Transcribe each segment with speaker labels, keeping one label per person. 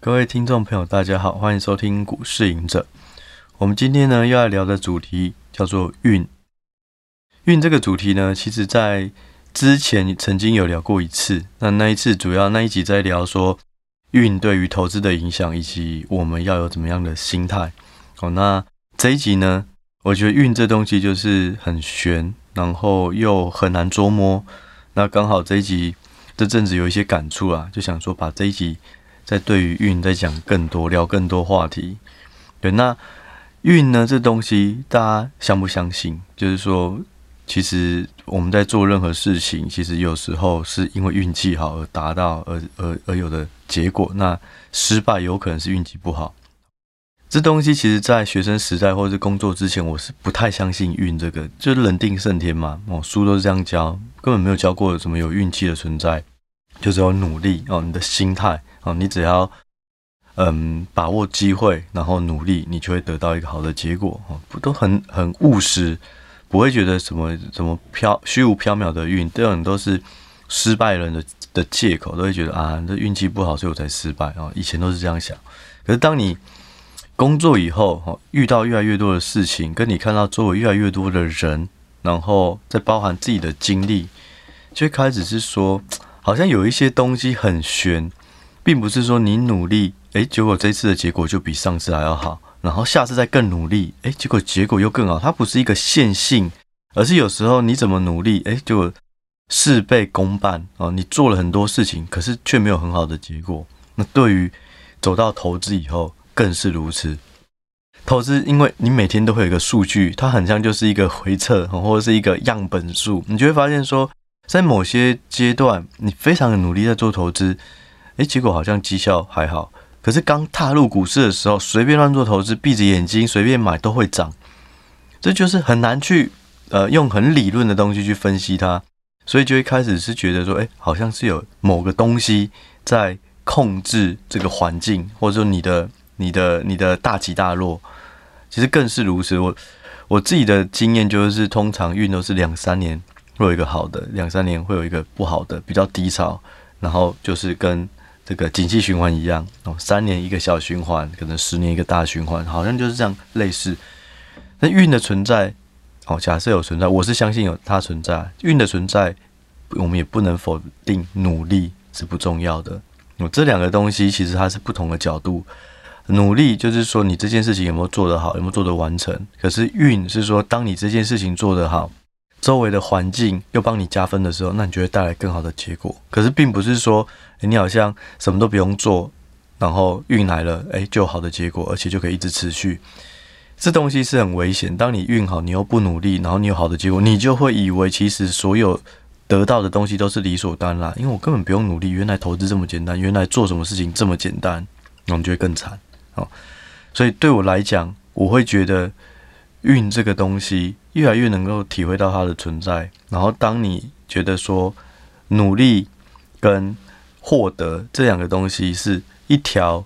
Speaker 1: 各位听众朋友，大家好，欢迎收听股市赢者。我们今天呢要来聊的主题叫做运。运这个主题呢，其实在之前曾经有聊过一次。那一次主要那一集在聊说运对于投资的影响，以及我们要有怎么样的心态。那这一集呢，我觉得运这东西就是很玄，然后又很难捉摸。那刚好这一集这阵子有一些感触啊，就想说把这一集在对于运再讲更多，聊更多话题。对，那运呢这东西大家相不相信？就是说，其实我们在做任何事情，其实有时候是因为运气好而达到而有的结果。那失败有可能是运气不好。这东西其实在学生时代或者是工作之前，我是不太相信运这个，就是人定胜天嘛。书都是这样教，根本没有教过什么有运气的存在，就只有努力你的心态。你只要把握机会，然后努力，你就会得到一个好的结果。都很务实，不会觉得什么虚无缥缈的运，这种都是失败人的借口，都会觉得这运气不好，所以我才失败。以前都是这样想。可是当你工作以后，遇到越来越多的事情，跟你看到周围越来越多的人，然后再包含自己的经历，就会开始是说，好像有一些东西很玄。并不是说你努力，结果这次的结果就比上次还要好，然后下次再更努力，结果又更好。它不是一个线性，而是有时候你怎么努力，结果事倍功半你做了很多事情，可是却没有很好的结果。那对于走到投资以后更是如此。投资因为你每天都会有一个数据，它很像就是一个回测或者是一个样本数，你就会发现说，在某些阶段你非常的努力在做投资。结果好像绩效还好，可是刚踏入股市的时候，随便乱做投资，闭着眼睛随便买都会涨，这就是很难去用很理论的东西去分析它，所以就会开始是觉得说，好像是有某个东西在控制这个环境，或者说你的大起大落，其实更是如此。我自己的经验就是，通常运都是2-3年会有一个好的，2-3年会有一个不好的，比较低潮，然后就是跟这个景气循环一样，3年一个小循环，可能10年一个大循环，好像就是这样类似。那运的存在，假设有存在，我是相信有它存在。运的存在，我们也不能否定努力是不重要的。这两个东西其实它是不同的角度。努力就是说你这件事情有没有做得好，有没有做得完成。可是运是说，当你这件事情做得好，周围的环境又帮你加分的时候，那你就会带来更好的结果。可是并不是说你好像什么都不用做，然后运来了就有好的结果，而且就可以一直持续。这东西是很危险。当你运好，你又不努力，然后你有好的结果，你就会以为其实所有得到的东西都是理所当然，因为我根本不用努力，原来投资这么简单，原来做什么事情这么简单，那你就会更惨。所以对我来讲，我会觉得运这个东西越来越能够体会到它的存在。然后当你觉得说努力跟获得这两个东西是一条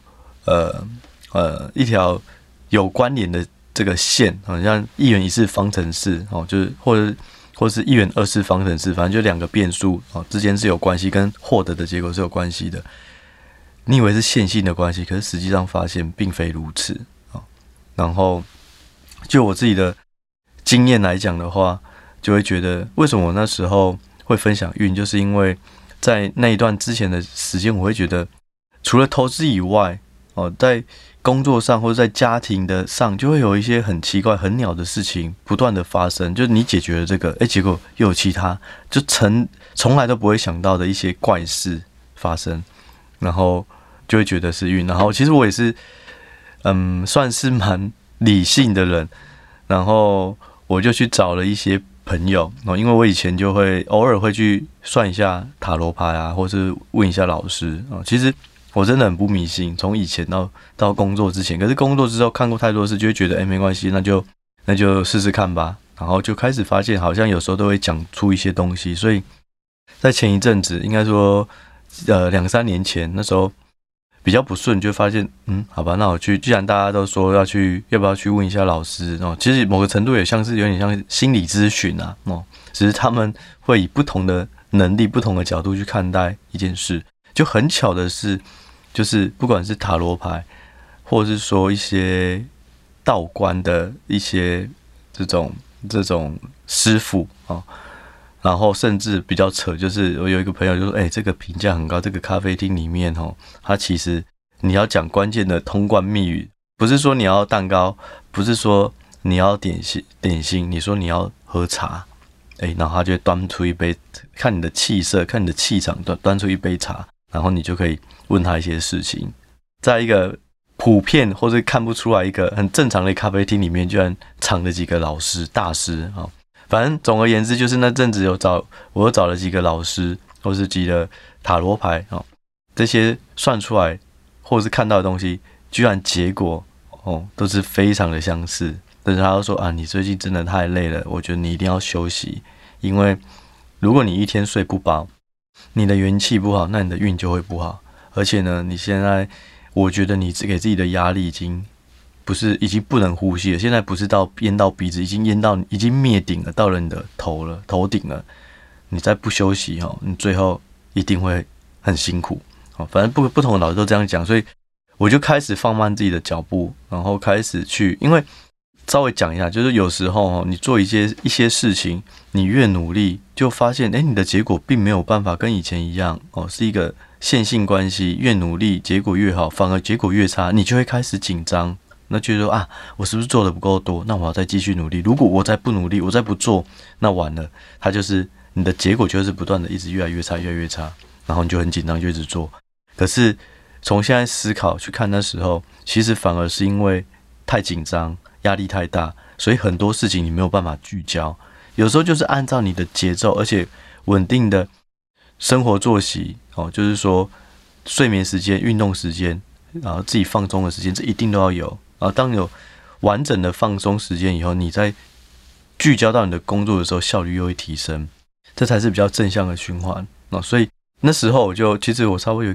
Speaker 1: 有关联的这个线，好像1元1次方程式就是或是1元2次方程式，反正就两个变数之间是有关系，跟获得的结果是有关系的。你以为是线性的关系，可是实际上发现并非如此。然后就我自己的经验来讲的话，就会觉得为什么我那时候会分享运，就是因为在那一段之前的时间，我会觉得除了投资以外在工作上或者在家庭的上，就会有一些很奇怪很鸟的事情不断的发生，就是你解决了这个结果又有其他就从来都不会想到的一些怪事发生，然后就会觉得是运。然后其实我也是算是蛮理性的人，然后我就去找了一些朋友因为我以前就会偶尔会去算一下塔罗牌啊，或是问一下老师其实我真的很不迷信，从以前到工作之前。可是工作之后看过太多事，就会觉得没关系，那就试试看吧。然后就开始发现，好像有时候都会讲出一些东西。所以在前一阵子，应该说2-3年前，那时候比较不顺，就发现好吧，那我去，既然大家都说要不要去问一下老师其实某个程度也像是有点像心理咨询啊只是他们会以不同的能力、不同的角度去看待一件事。就很巧的是， 就是不管是塔罗牌，或者是说一些道观的一些这种师傅啊，然后甚至比较扯，就是我有一个朋友就说，这个评价很高，这个咖啡厅里面它其实你要讲关键的通关密语，不是说你要蛋糕，不是说你要点心，你说你要喝茶，然后他就会端出一杯，看你的气色，看你的气场，端出一杯茶，然后你就可以问他一些事情。在一个普遍或是看不出来一个很正常的咖啡厅里面，居然藏了几个老师大师啊！反正总而言之，就是那阵子我又找了几个老师，或是几个塔罗牌啊，这些算出来或是看到的东西，居然结果都是非常的相似。但是他就说啊，你最近真的太累了，我觉得你一定要休息，因为如果你一天睡不饱，你的元气不好，那你的运就会不好。而且呢，你现在我觉得你给自己的压力已经不能呼吸了，现在不是淹到鼻子，已经灭顶了，到了你的头顶了。你再不休息你最后一定会很辛苦。反正不同的老师都这样讲，所以我就开始放慢自己的脚步，然后开始去，因为稍微讲一下，就是有时候你做一些事情，你越努力，就发现你的结果并没有办法跟以前一样是一个线性关系，越努力结果越好，反而结果越差，你就会开始紧张，那就说我是不是做的不够多？那我要再继续努力。如果我再不努力，我再不做，那完了，它就是你的结果就是不断的一直越来越差，越来越差，然后你就很紧张，就一直做。可是从现在思考去看那时候，其实反而是因为太紧张，压力太大，所以很多事情你没有办法聚焦。有时候就是按照你的节奏，而且稳定的生活作息就是说睡眠时间、运动时间，然后自己放松的时间，这一定都要有。然后当有完整的放松时间以后，你在聚焦到你的工作的时候，效率又会提升，这才是比较正向的循环。所以那时候其实我差不多有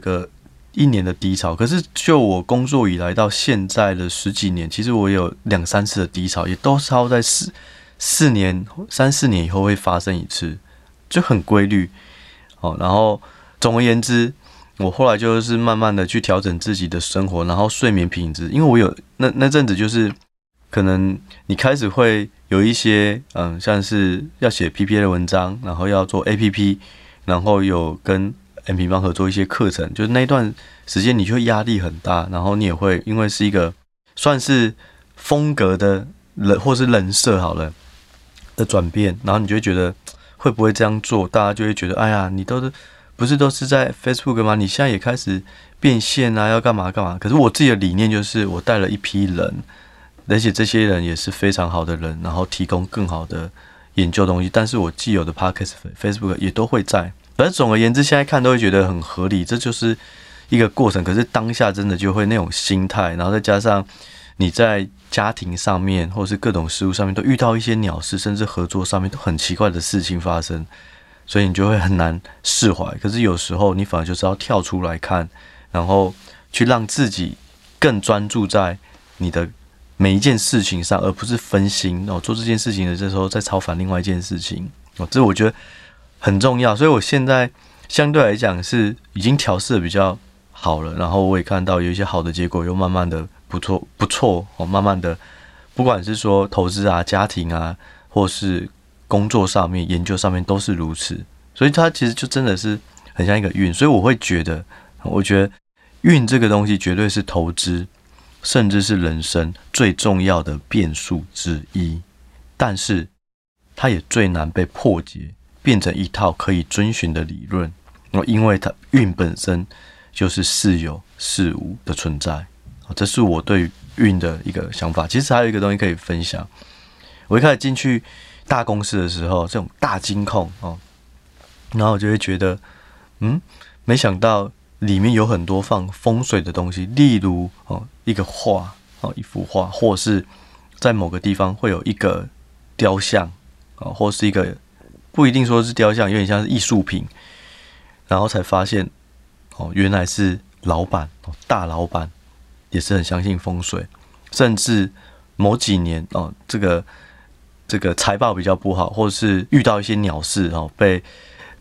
Speaker 1: 1年的低潮，可是就我工作以来到现在的10几年，其实我有2-3次的低潮，也都差不多在3-4年以后会发生一次，就很规律。然后总而言之，我后来就是慢慢的去调整自己的生活，然后睡眠品质，因为我有那阵子就是可能你开始会有一些像是要写 PPA 的文章，然后要做 APP， 然后有跟 M 平方合作一些课程，就是那一段时间你就会压力很大，然后你也会因为是一个算是风格的或是人设好了的转变，然后你就会觉得会不会这样做，大家就会觉得哎呀，你不是都是在 Facebook 吗？你现在也开始变现啊，要干嘛干嘛。可是我自己的理念就是我带了一批人，而且这些人也是非常好的人，然后提供更好的研究东西，但是我既有的 Podcast Facebook 也都会在。反正总而言之，现在看都会觉得很合理，这就是一个过程。可是当下真的就会那种心态，然后再加上你在家庭上面或是各种事物上面都遇到一些鸟事，甚至合作上面都很奇怪的事情发生，所以你就会很难释怀。可是有时候你反而就是要跳出来看，然后去让自己更专注在你的每一件事情上，而不是分心做这件事情的这时候再超反另外一件事情这我觉得很重要。所以我现在相对来讲是已经调试的比较好了，然后我也看到有一些好的结果，又慢慢的不错慢慢的不管是说投资啊、家庭啊，或是工作上面、研究上面都是如此。所以它其实就真的是很像一个运。所以我觉得运这个东西绝对是投资甚至是人生最重要的变数之一，但是它也最难被破解变成一套可以遵循的理论，因为它运本身就是是有是无的存在。这是我对运的一个想法。其实还有一个东西可以分享，我一开始进去大公司的时候，这种大金控然后我就会觉得没想到里面有很多放风水的东西，例如一个画一幅画，或是在某个地方会有一个雕像或是一个不一定说是雕像，有点像是艺术品，然后才发现原来是老板大老板也是很相信风水，甚至某几年这个财报比较不好，或者是遇到一些鸟事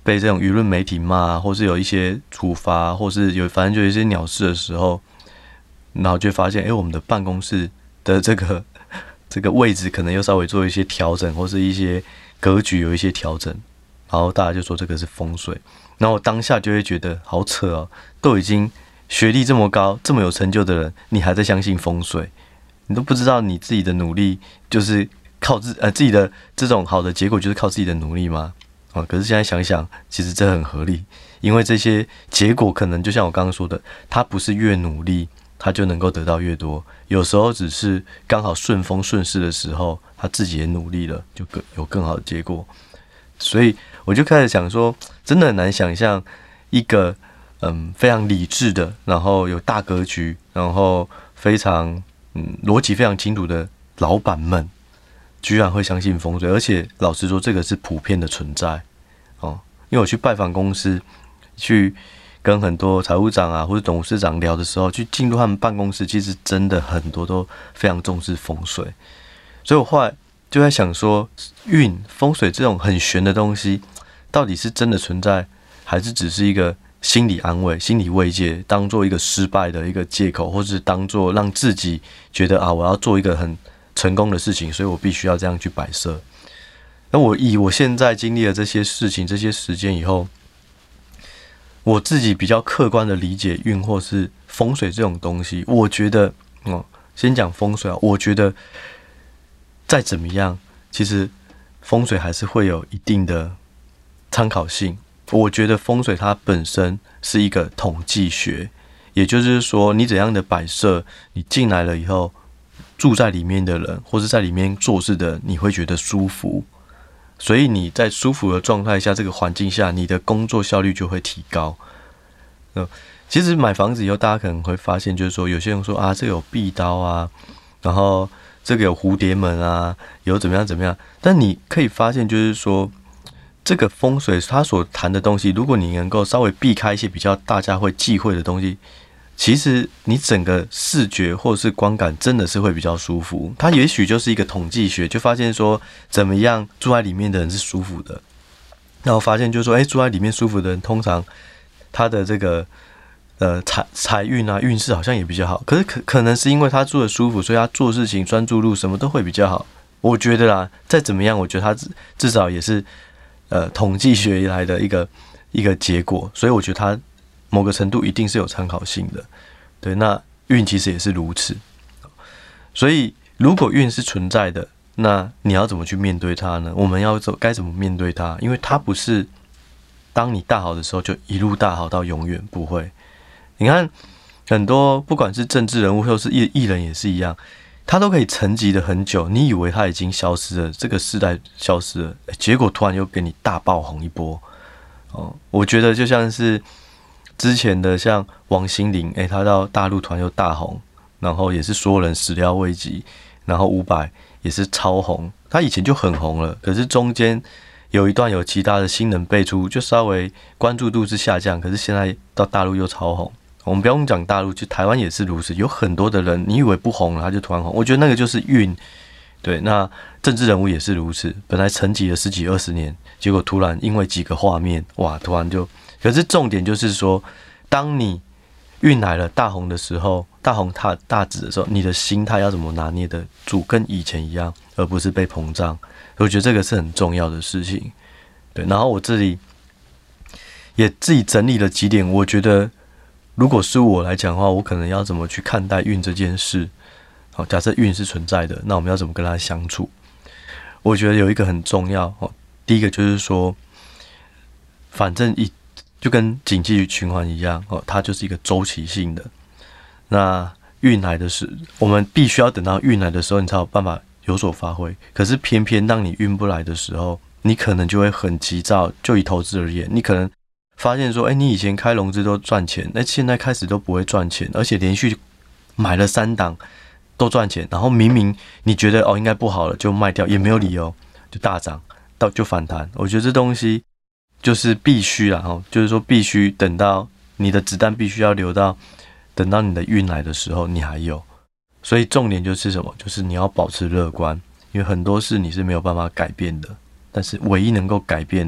Speaker 1: 被这种舆论媒体骂，或是有一些处罚，或是反正就有一些鸟事的时候，然后就发现，我们的办公室的这个位置可能又稍微做一些调整，或是一些格局有一些调整，然后大家就说这个是风水。然后我当下就会觉得好扯哦，都已经学历这么高、这么有成就的人，你还在相信风水？你都不知道你自己的努力就是靠自己的这种好的结果就是靠自己的努力吗？可是现在想想，其实这很合理，因为这些结果可能就像我刚刚说的，它不是越努力他就能够得到越多，有时候只是刚好顺风顺势的时候，他自己也努力了，就有更好的结果。所以我就开始想说，真的很难想象一个非常理智的，然后有大格局，然后非常逻辑非常清楚的老板们，居然会相信风水，而且老实说，这个是普遍的存在哦。因为我去拜访公司，去跟很多财务长啊或者董事长聊的时候，去进入他们办公室，其实真的很多都非常重视风水。所以我后来就在想说，风水这种很玄的东西，到底是真的存在，还是只是一个心理安慰、心理慰藉，当做一个失败的一个借口，或是当做让自己觉得我要做一个很成功的事情，所以我必须要这样去摆设。那我现在经历了这些事情、这些时间以后，我自己比较客观的理解运或是风水这种东西，我觉得先讲风水我觉得再怎么样，其实风水还是会有一定的参考性。我觉得风水它本身是一个统计学，也就是说，你怎样的摆设，你进来了以后，住在里面的人，或是在里面做事的人，你会觉得舒服。所以你在舒服的状态下，这个环境下，你的工作效率就会提高。其实买房子以后，大家可能会发现，就是说，有些人说这个有壁刀啊，然后这个有蝴蝶门啊，有怎么样怎么样。但你可以发现，就是说，这个风水它所谈的东西，如果你能够稍微避开一些比较大家会忌讳的东西，其实你整个视觉或是观感真的是会比较舒服。它也许就是一个统计学，就发现说怎么样住在里面的人是舒服的。然后发现就是说，住在里面舒服的人，通常他的这个财运啊运势好像也比较好。可是可能是因为他住的舒服，所以他做事情专注度什么都会比较好。我觉得啦，再怎么样，我觉得他至少也是统计学以来的一个结果。所以我觉得他某个程度一定是有参考性的。对，那运其实也是如此。所以如果运是存在的，那你要怎么去面对它呢？我们该怎么面对它？因为它不是当你大好的时候就一路大好到永远，不会。你看很多不管是政治人物或是艺人也是一样，他都可以沉寂的很久，你以为他已经消失了，这个世代消失了，结果突然又给你大爆红一波。我觉得就像是之前的像王心凌，他到大陆突然又大红，然后也是所有人始料未及，然后伍佰也是超红，他以前就很红了，可是中间有一段有其他的新人辈出，就稍微关注度是下降，可是现在到大陆又超红。我们不用讲大陆，就台湾也是如此，有很多的人你以为不红了，他就突然红。我觉得那个就是运。对，那政治人物也是如此，本来沉寂了10几20年，结果突然因为几个画面，突然就。可是重点就是说，当你运来了大红的时候，大红大紫的时候，你的心态要怎么拿捏得住，跟以前一样，而不是被膨胀。我觉得这个是很重要的事情。对，然后我这里也自己整理了几点，我觉得如果是我来讲的话，我可能要怎么去看待运这件事。好，假设运是存在的，那我们要怎么跟它相处？我觉得有一个很重要，第一个就是说，反正就跟经济循环一样，它就是一个周期性的。那运来的时，我们必须要等到运来的时候，你才有办法有所发挥。可是偏偏当你运不来的时候，你可能就会很急躁。就以投资而言，你可能发现说，你以前开融资都赚钱，现在开始都不会赚钱，而且连续买了3档都赚钱，然后明明你觉得应该不好了，就卖掉，也没有理由，就大涨就反弹。我觉得这东西就是必须啦，就是说必须等到你的子弹必须要留到等到你的运来的时候，你还有。所以重点就是什么？就是你要保持乐观，因为很多事你是没有办法改变的，但是唯一能够改变的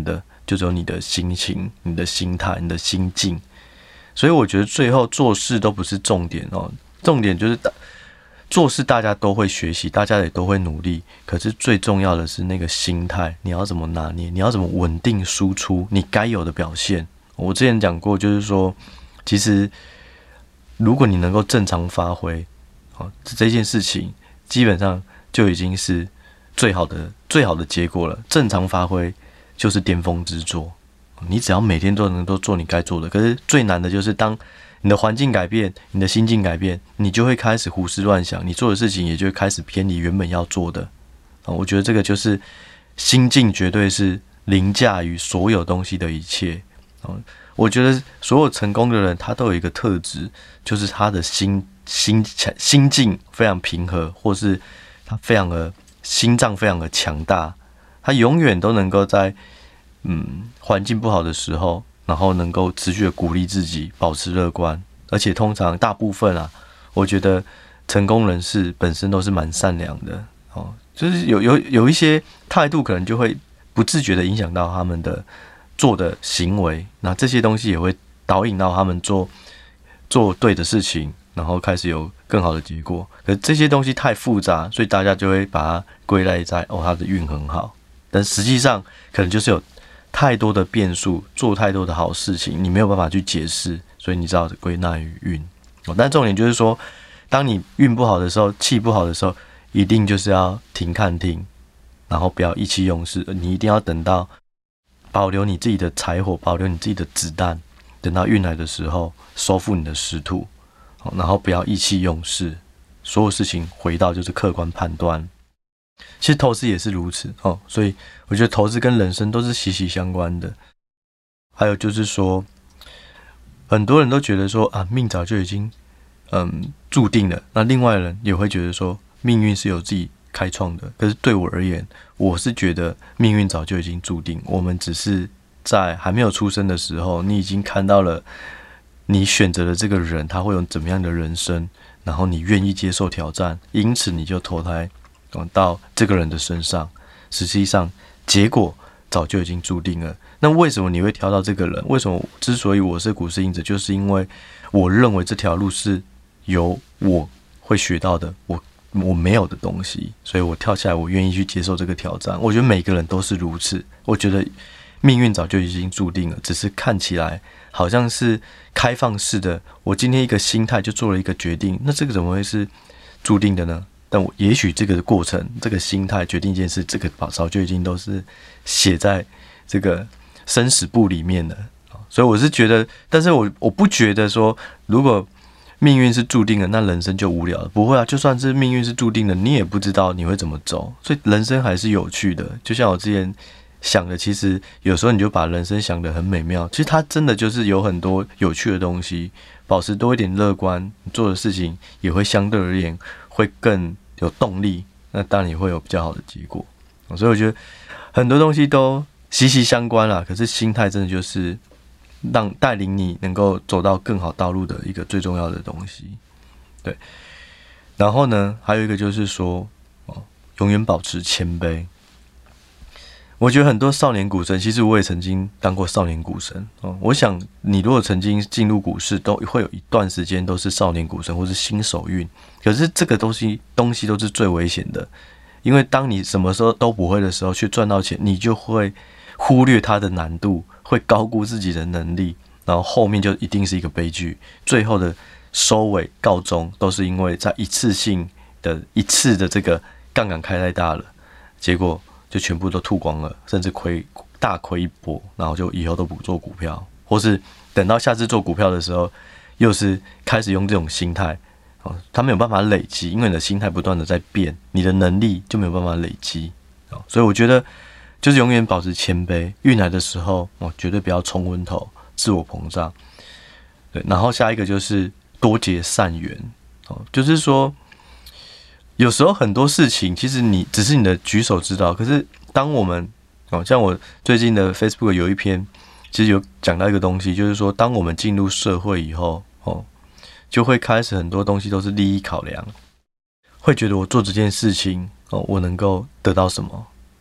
Speaker 1: 就只有你的心情、你的心态、你的心境。所以我觉得最后做事都不是重点哦，重点就是做事大家都会学习，大家也都会努力，可是最重要的是那个心态，你要怎么拿捏，你要怎么稳定输出你该有的表现。我之前讲过，就是说，其实如果你能够正常发挥，这件事情基本上就已经是最好的结果了。正常发挥就是巅峰之作，你只要每天都能够做你该做的。可是最难的就是当你的环境改变，你的心境改变，你就会开始胡思乱想，你做的事情也就会开始偏离原本要做的。我觉得这个就是心境绝对是凌驾于所有东西的一切。我觉得所有成功的人，他都有一个特质，就是他的心境非常平和，或是他非常的心脏非常的强大，他永远都能够在环境不好的时候，然后能够持续的鼓励自己，保持乐观。而且通常大部分我觉得成功人士本身都是蛮善良的就是有一些态度可能就会不自觉的影响到他们的做的行为，那这些东西也会导引到他们做对的事情，然后开始有更好的结果。可是这些东西太复杂，所以大家就会把它归类在他的运很好，但实际上可能就是有太多的变数，做太多的好事情，你没有办法去解释，所以你只好归纳于运。但重点就是说，当你运不好的时候，气不好的时候，一定就是要停看听，然后不要意气用事，你一定要等到保留你自己的柴火，保留你自己的子弹，等到运来的时候收复你的失土，然后不要意气用事，所有事情回到就是客观判断。其实投资也是如此所以我觉得投资跟人生都是息息相关的。还有就是说，很多人都觉得说命早就已经注定了，那另外人也会觉得说命运是由自己开创的。可是对我而言，我是觉得命运早就已经注定，我们只是在还没有出生的时候，你已经看到了你选择的这个人他会有怎么样的人生，然后你愿意接受挑战，因此你就投胎到这个人的身上。实际上结果早就已经注定了。那为什么你会挑到这个人？为什么之所以我是股市赢者，就是因为我认为这条路是由我会学到的，我没有的东西，所以我跳下来，我愿意去接受这个挑战。我觉得每个人都是如此。我觉得命运早就已经注定了，只是看起来好像是开放式的。我今天一个心态就做了一个决定，那这个怎么会是注定的呢？但我也许这个过程，这个心态决定一件事，这个早就已经都是写在这个生死簿里面了。所以我是觉得，但是我不觉得说，如果命运是注定的，那人生就无聊了。不会就算是命运是注定的，你也不知道你会怎么走，所以人生还是有趣的。就像我之前想的，其实有时候你就把人生想得很美妙，其实它真的就是有很多有趣的东西。保持多一点乐观，你做的事情也会相对而言会更有动力，那当然也会有比较好的结果。所以我觉得很多东西都息息相关啦，可是心态真的就是带领你能够走到更好道路的一个最重要的东西。对，然后呢，还有一个就是说永远保持谦卑。我觉得很多少年股神，其实我也曾经当过少年股神我想你如果曾经进入股市，都会有一段时间都是少年股神或是新手运。可是这个东西都是最危险的，因为当你什么时候都不会的时候去赚到钱，你就会忽略它的难度，会高估自己的能力，然后后面就一定是一个悲剧。最后的收尾告终都是因为在一次的这个杠杆开太大了，结果就全部都吐光了，甚至大亏一波，然后就以后都不做股票，或是等到下次做股票的时候，又是开始用这种心态，它没有办法累积，因为你的心态不断的在变，你的能力就没有办法累积。所以我觉得就是永远保持谦卑，运来的时候绝对不要冲昏头，自我膨胀。对，然后下一个就是多结善缘，就是说有时候很多事情其实你只是你的举手之劳，可是当我们像我最近的 Facebook 有一篇其实有讲到一个东西，就是说当我们进入社会以后就会开始很多东西都是利益考量，会觉得我做这件事情我能够得到什么，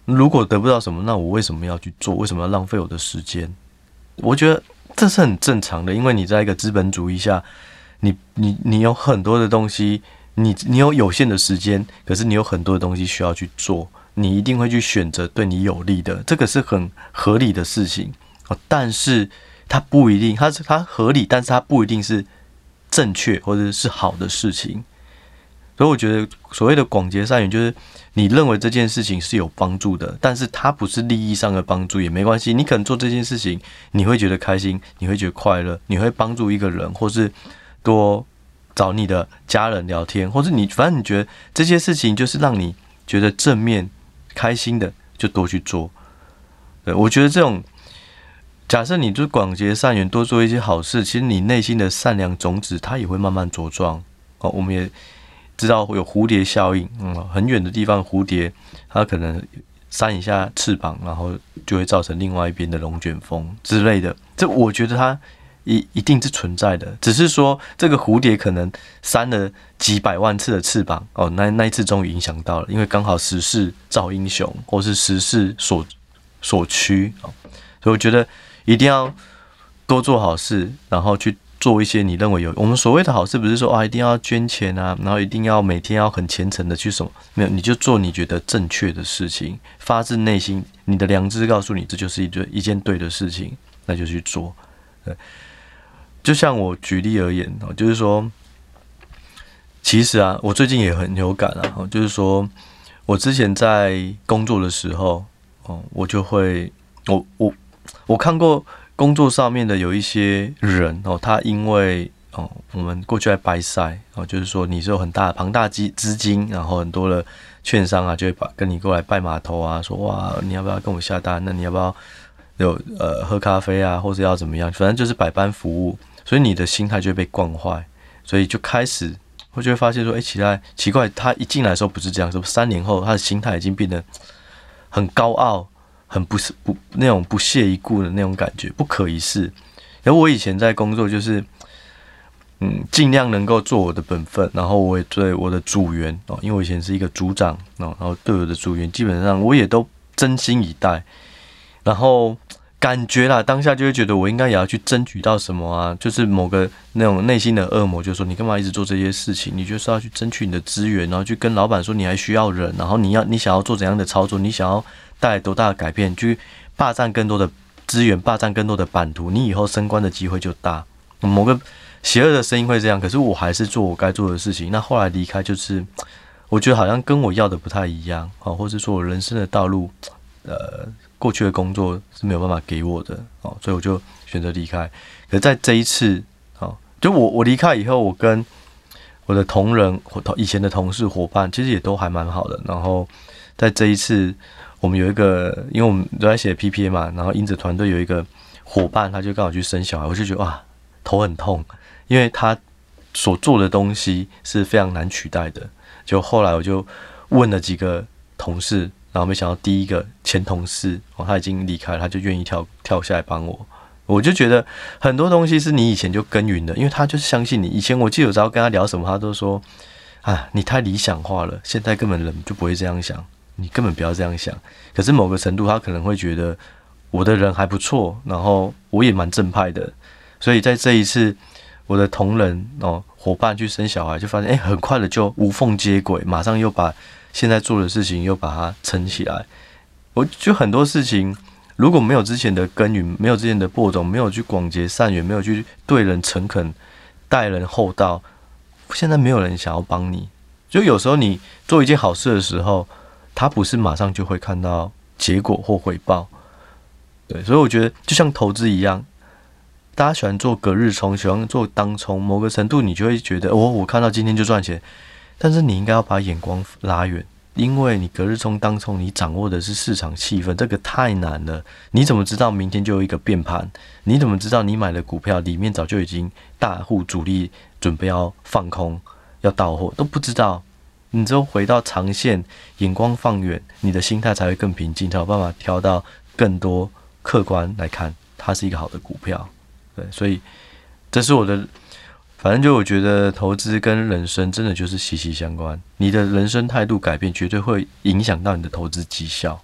Speaker 1: 如果得不到什么，那我为什么要去做？为什么要浪费我的时间？我觉得这是很正常的，因为你在一个资本主义下，你有很多的东西，你有有限的时间，可是你有很多的东西需要去做，你一定会去选择对你有利的，这个是很合理的事情。但是它不一定，它合理，但是它不一定是正确或者是好的事情。所以我觉得所谓的广结善缘，就是你认为这件事情是有帮助的，但是它不是利益上的帮助也没关系。你可能做这件事情，你会觉得开心，你会觉得快乐，你会帮助一个人，或是多找你的家人聊天，或是反正你觉得这些事情就是让你觉得正面、开心的，就多去做。对，我觉得这种假设你就广结善缘，多做一些好事，其实你内心的善良种子它也会慢慢茁壮。我们也知道有蝴蝶效应，很远的地方蝴蝶它可能扇一下翅膀，然后就会造成另外一边的龙卷风之类的。这我觉得它一定是存在的，只是说这个蝴蝶可能扇了几百万次的翅膀，那一次终于影响到了，因为刚好时势造英雄，或是时势所趋。所以我觉得一定要多做好事，然后去做一些你认为我们所谓的好事，不是说一定要捐钱啊，然后一定要每天要很虔诚的去什么，没有，你就做你觉得正确的事情，发自内心，你的良知告诉你这就是一件对的事情，那就去做。对，就像我举例而言，就是说，其实啊，我最近也很有感啊，就是说我之前在工作的时候，我就会，我看过工作上面的有一些人他因为我们过去在拜赛就是说你是有很大庞大资金，然后很多的券商啊就会跟你过来拜码头啊，说哇你要不要跟我下单？那你要不要有喝咖啡啊，或者要怎么样？反正就是百般服务，所以你的心态就会被惯坏，所以就开始我就会发现说，奇怪，他一进来的时候不是这样，说3年后他的心态已经变得很高傲。很那种不屑一顾的那种感觉，不可一世。而我以前在工作就是尽量能够做我的本分，然后我也对我的组员因为我以前是一个组长然后对我的组员基本上我也都真心以待，然后感觉啦，当下就会觉得我应该也要去争取到什么啊，就是某个那种内心的恶魔就说你干嘛一直做这些事情，你就是要去争取你的资源，然后去跟老板说你还需要人，然后你想要做怎样的操作，你想要带来多大的改变，去霸占更多的资源，霸占更多的版图，你以后升官的机会就大。某个邪恶的声音会这样，可是我还是做我该做的事情。那后来离开，就是我觉得好像跟我要的不太一样，或是说我人生的道路，过去的工作是没有办法给我的，所以我就选择离开。可是在这一次，就我离开以后，我跟我的同仁、以前的同事、伙伴，其实也都还蛮好的。然后在这一次，我们有一个，因为我们都在写 PPA 嘛，然后因子团队有一个伙伴，他就刚好去生小孩，我就觉得哇，头很痛，因为他所做的东西是非常难取代的。就后来我就问了几个同事，然后没想到第一个前同事他已经离开了，他就愿意跳下来帮我。我就觉得很多东西是你以前就耕耘的，因为他就是相信你。以前我记得我只要跟他聊什么，他都说你太理想化了，现在根本人就不会这样想，你根本不要这样想。可是某个程度他可能会觉得我的人还不错，然后我也蛮正派的，所以在这一次我的同仁伙伴去生小孩，就发现很快的就无缝接轨，马上又把现在做的事情又把它撑起来。我就很多事情如果没有之前的耕耘，没有之前的播种，没有去广结善缘，没有去对人诚恳，待人厚道，现在没有人想要帮你。就有时候你做一件好事的时候，他不是马上就会看到结果或回报。对，所以我觉得就像投资一样，大家喜欢做隔日冲，喜欢做当冲，某个程度你就会觉得我看到今天就赚钱，但是你应该要把眼光拉远，因为你隔日冲当冲，你掌握的是市场气氛，这个太难了。你怎么知道明天就有一个变盘？你怎么知道你买的股票里面早就已经大户主力准备要放空要到货，都不知道。你只有回到长线，眼光放远，你的心态才会更平静，才有办法挑到更多客观来看它是一个好的股票。对，所以这是我的，反正就我觉得投资跟人生真的就是息息相关。你的人生态度改变，绝对会影响到你的投资绩效。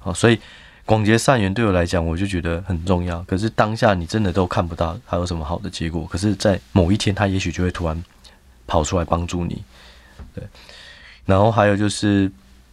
Speaker 1: 所以广结善缘对我来讲，我就觉得很重要。可是当下你真的都看不到它有什么好的结果，可是，在某一天，它也许就会突然跑出来帮助你。对，然后还有就是，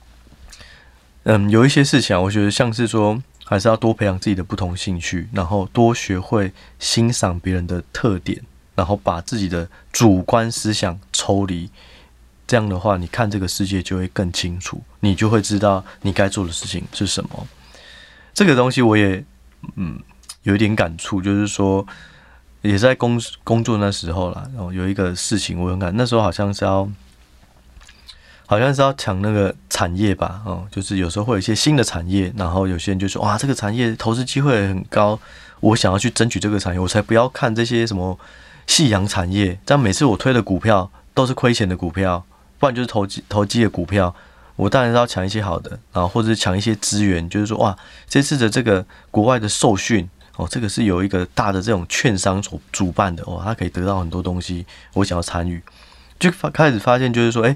Speaker 1: 有一些事情我觉得像是说，还是要多培养自己的不同兴趣，然后多学会欣赏别人的特点，然后把自己的主观思想抽离。这样的话，你看这个世界就会更清楚，你就会知道你该做的事情是什么。这个东西我也有一点感触，就是说也是在工作那时候啦，然后有一个事情我很感，那时候好像是要抢那个产业吧，就是有时候会有一些新的产业，然后有些人就说哇，这个产业投资机会很高，我想要去争取这个产业，我才不要看这些什么夕阳产业，这样每次我推的股票都是亏钱的股票，不然就是投机的股票。我当然是要抢一些好的，然后或者是抢一些资源，就是说哇，这次的这个国外的受训这个是有一个大的这种券商所主办的他可以得到很多东西，我想要参与，就开始发现就是说，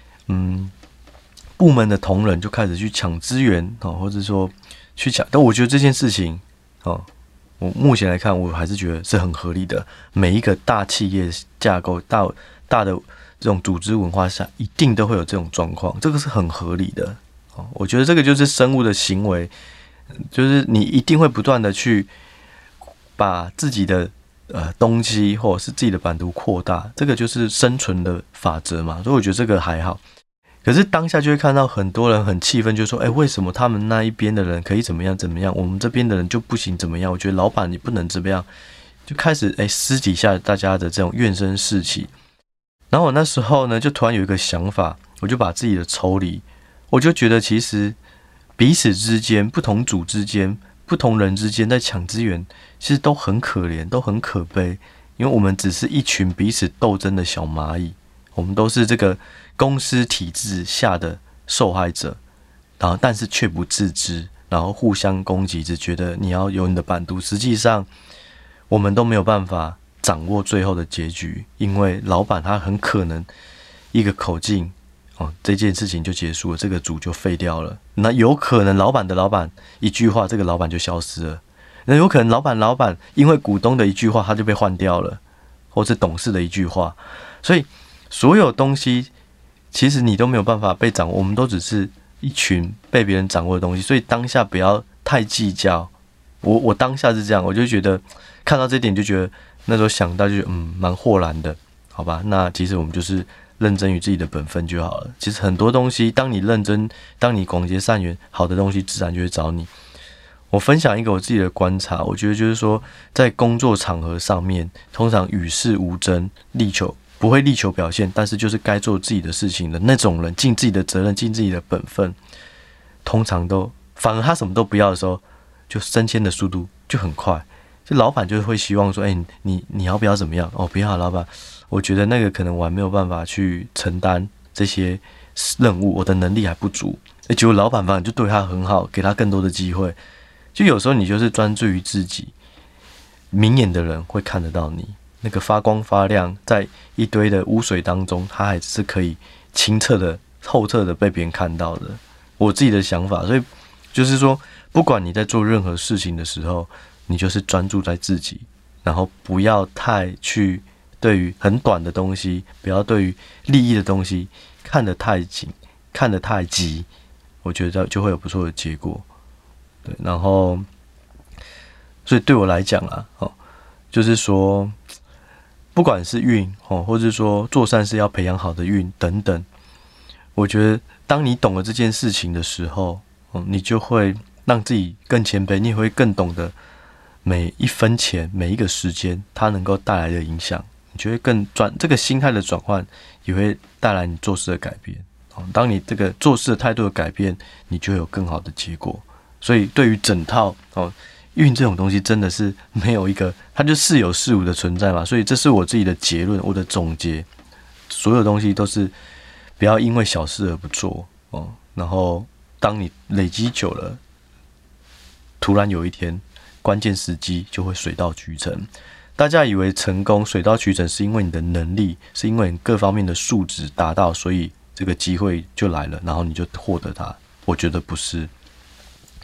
Speaker 1: 部门的同仁就开始去抢资源或者说去抢，但我觉得这件事情我目前来看，我还是觉得是很合理的。每一个大企业架构大的这种组织文化下，一定都会有这种状况，这个是很合理的。我觉得这个就是生物的行为，就是你一定会不断的去把自己的东西或者是自己的版图扩大，这个就是生存的法则嘛。所以我觉得这个还好。可是当下就会看到很多人很气愤，就说：“为什么他们那一边的人可以怎么样怎么样，我们这边的人就不行怎么样？”我觉得老板你不能怎么样，就开始私底下大家的这种怨声四起。然后我那时候呢，就突然有一个想法，我就把自己的抽离，我就觉得其实彼此之间、不同组之间、不同人之间在抢资源，其实都很可怜，都很可悲，因为我们只是一群彼此斗争的小蚂蚁，我们都是这个公司体制下的受害者，然后但是却不自知，然后互相攻击，只觉得你要有你的版图，实际上我们都没有办法掌握最后的结局，因为老板他很可能一个口径这件事情就结束了，这个组就废掉了。那有可能老板的老板一句话，这个老板就消失了。那有可能老板因为股东的一句话，他就被换掉了，或是董事的一句话。所以所有东西其实你都没有办法被掌握，我们都只是一群被别人掌握的东西。所以当下不要太计较。我当下是这样，我就觉得看到这点就觉得那时候想到就觉得蛮豁然的，好吧？那其实我们就是认真于自己的本分就好了。其实很多东西，当你认真，当你广结善缘，好的东西自然就会找你。我分享一个我自己的观察，我觉得就是说，在工作场合上面，通常与世无争，不会力求表现，但是就是该做自己的事情的那种人，尽自己的责任，尽自己的本分，通常都反而他什么都不要的时候，就升迁的速度就很快。就老板就会希望说，你要不要怎么样？不要，老板，我觉得那个可能我还没有办法去承担这些任务，我的能力还不足。结果老板反而就对他很好，给他更多的机会。就有时候你就是专注于自己，明眼的人会看得到你那个发光发亮，在一堆的污水当中，他还是可以清澈的、透彻的被别人看到的。我自己的想法，所以就是说，不管你在做任何事情的时候，你就是专注在自己，然后不要太去对于很短的东西，不要对于利益的东西看得太紧、看得太急，我觉得就会有不错的结果。对，然后，所以对我来讲就是说，不管是运或者说做善事要培养好的运等等，我觉得当你懂了这件事情的时候，你就会让自己更谦卑，你也会更懂得每一分钱、每一个时间它能够带来的影响，你就会更这个心态的转换，也会带来你做事的改变。当你这个做事的态度的改变，你就会有更好的结果。所以对于整套运这种东西，真的是没有一个，它就似有似无的存在嘛。所以这是我自己的结论，我的总结。所有东西都是不要因为小事而不做然后当你累积久了，突然有一天关键时机就会水到渠成。大家以为成功水到渠成是因为你的能力，是因为你各方面的素质达到，所以这个机会就来了，然后你就获得它。我觉得不是。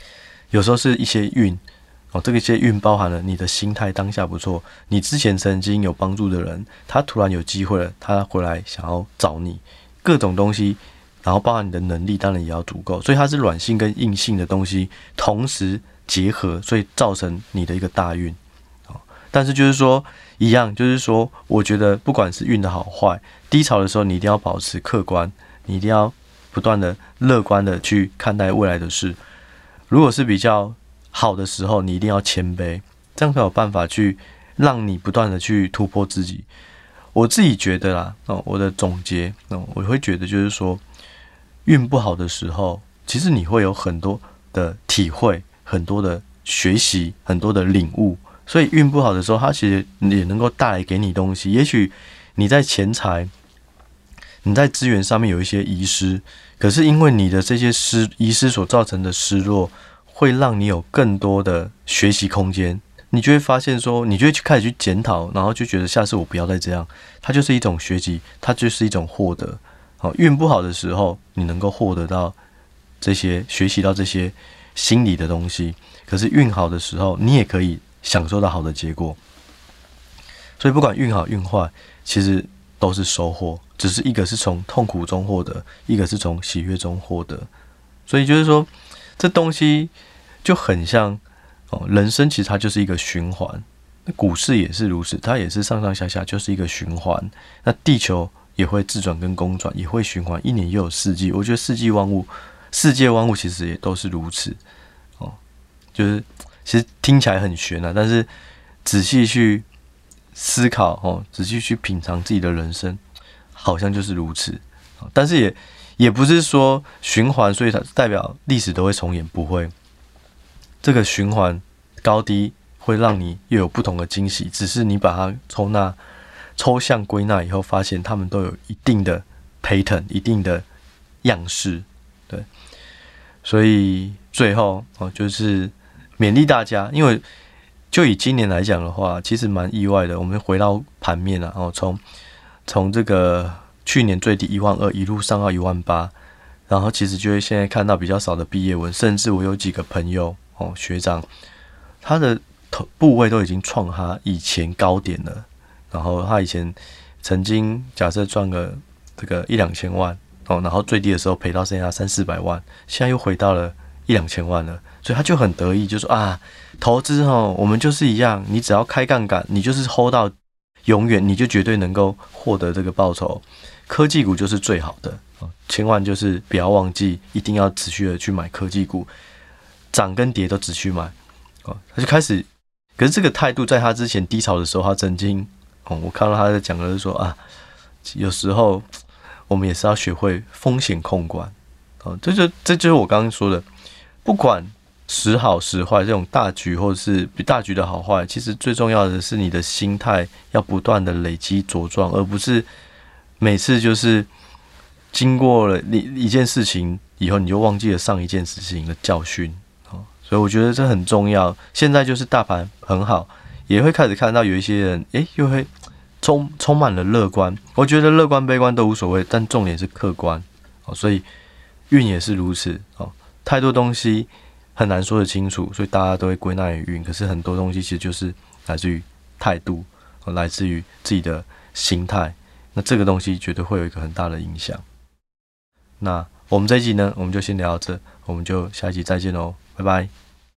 Speaker 1: 有时候是一些运哦，这个一些运包含了你的心态当下不错，你之前曾经有帮助的人，他突然有机会了，他回来想要找你，各种东西，然后包含你的能力，当然也要足够，所以它是软性跟硬性的东西同时结合，所以造成你的一个大运。但是就是说一样，就是说，我觉得不管是运的好坏，低潮的时候你一定要保持客观，你一定要不断的乐观的去看待未来的事。如果是比较好的时候，你一定要谦卑，这样才有办法去让你不断的去突破自己。我自己觉得啦，我的总结，我会觉得就是说，运不好的时候，其实你会有很多的体会，很多的学习，很多的领悟。所以运不好的时候，它其实也能够带来给你东西。也许你在钱财、你在资源上面有一些遗失，可是因为你的这些遗失所造成的失落，会让你有更多的学习空间。你就会发现说，你就会开始去检讨，然后就觉得下次我不要再这样。它就是一种学习，它就是一种获得。好，运不好的时候，你能够获得到这些，学习到这些心理的东西。可是运好的时候，你也可以享受到好的结果。所以不管运好运坏，其实都是收获，只是一个是从痛苦中获得，一个是从喜悦中获得。所以就是说，这东西就很像人生，其实它就是一个循环。股市也是如此，它也是上上下下，就是一个循环。那地球也会自转跟公转，也会循环，一年又有四季。我觉得世界万物其实也都是如此。就是其实听起来很玄啊，但是仔细去思考仔细去品尝自己的人生，好像就是如此。但是也不是说循环，所以它代表历史都会重演，不会。这个循环高低会让你又有不同的惊喜，只是你把它抽象归纳以后，发现它们都有一定的 pattern， 一定的样式。对，所以最后就是勉励大家，因为就以今年来讲的话，其实蛮意外的。我们回到盘面啊，从这个去年最低12000一路上到18000，然后其实就会现在看到比较少的毕业文，甚至我有几个朋友学长，他的部位都已经创他以前高点了。然后他以前曾经假设赚个这个1-2千万然后最低的时候赔到剩下300-400万，现在又回到了1-2千万了。所以他就很得意，就说啊，投资我们就是一样，你只要开杠杆，你就是 hold 到永远，你就绝对能够获得这个报酬。科技股就是最好的，千万就是不要忘记，一定要持续的去买科技股，涨跟跌都只去买。他就开始，可是这个态度在他之前低潮的时候，他曾经我看到他在讲的是说啊，有时候我们也是要学会风险控管。这就是我刚刚说的，不管时好时坏，这种大局或者是比大局的好坏，其实最重要的是你的心态要不断的累积茁壮，而不是每次就是经过了一件事情以后，你就忘记了上一件事情的教训。所以我觉得这很重要。现在就是大盘很好，也会开始看到有一些人又会充满了乐观。我觉得乐观悲观都无所谓，但重点是客观。所以运也是如此。太多东西很难说得清楚，所以大家都会归纳于运。可是很多东西其实就是来自于态度，来自于自己的心态。那这个东西绝对会有一个很大的影响。那我们这一集呢，我们就先聊到这，我们就下一集再见喽，拜拜。